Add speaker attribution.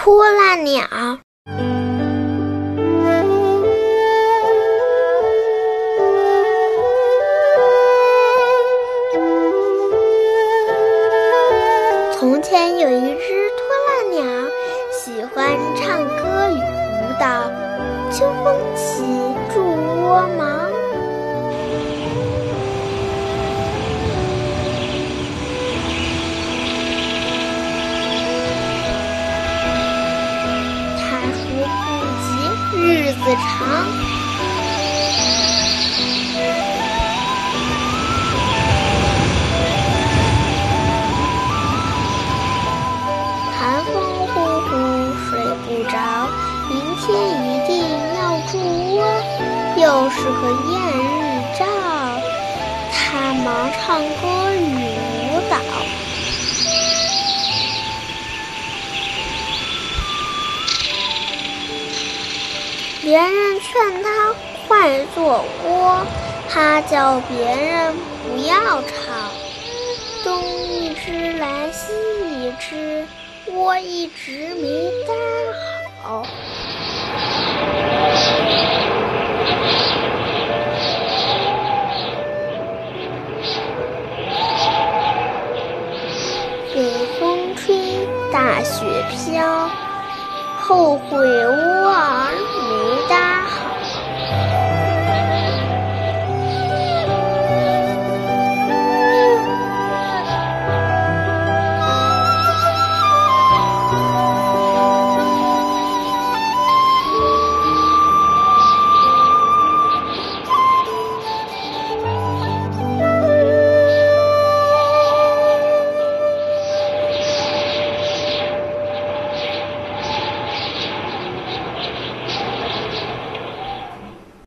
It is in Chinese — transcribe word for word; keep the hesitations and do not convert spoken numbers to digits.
Speaker 1: 拖拉鸟。从前有一只拖拉鸟，喜欢唱歌与舞蹈。秋风起，筑窝忙。他说不急，日子长。寒风呼呼，睡不着，明天一定要筑窝。又是个艳日照，他忙唱歌与舞蹈。别人劝他快做窝，他叫别人不要吵。东一只来西一只，窝一直没搭好。北风吹，大雪飘，后悔窝儿没搭好。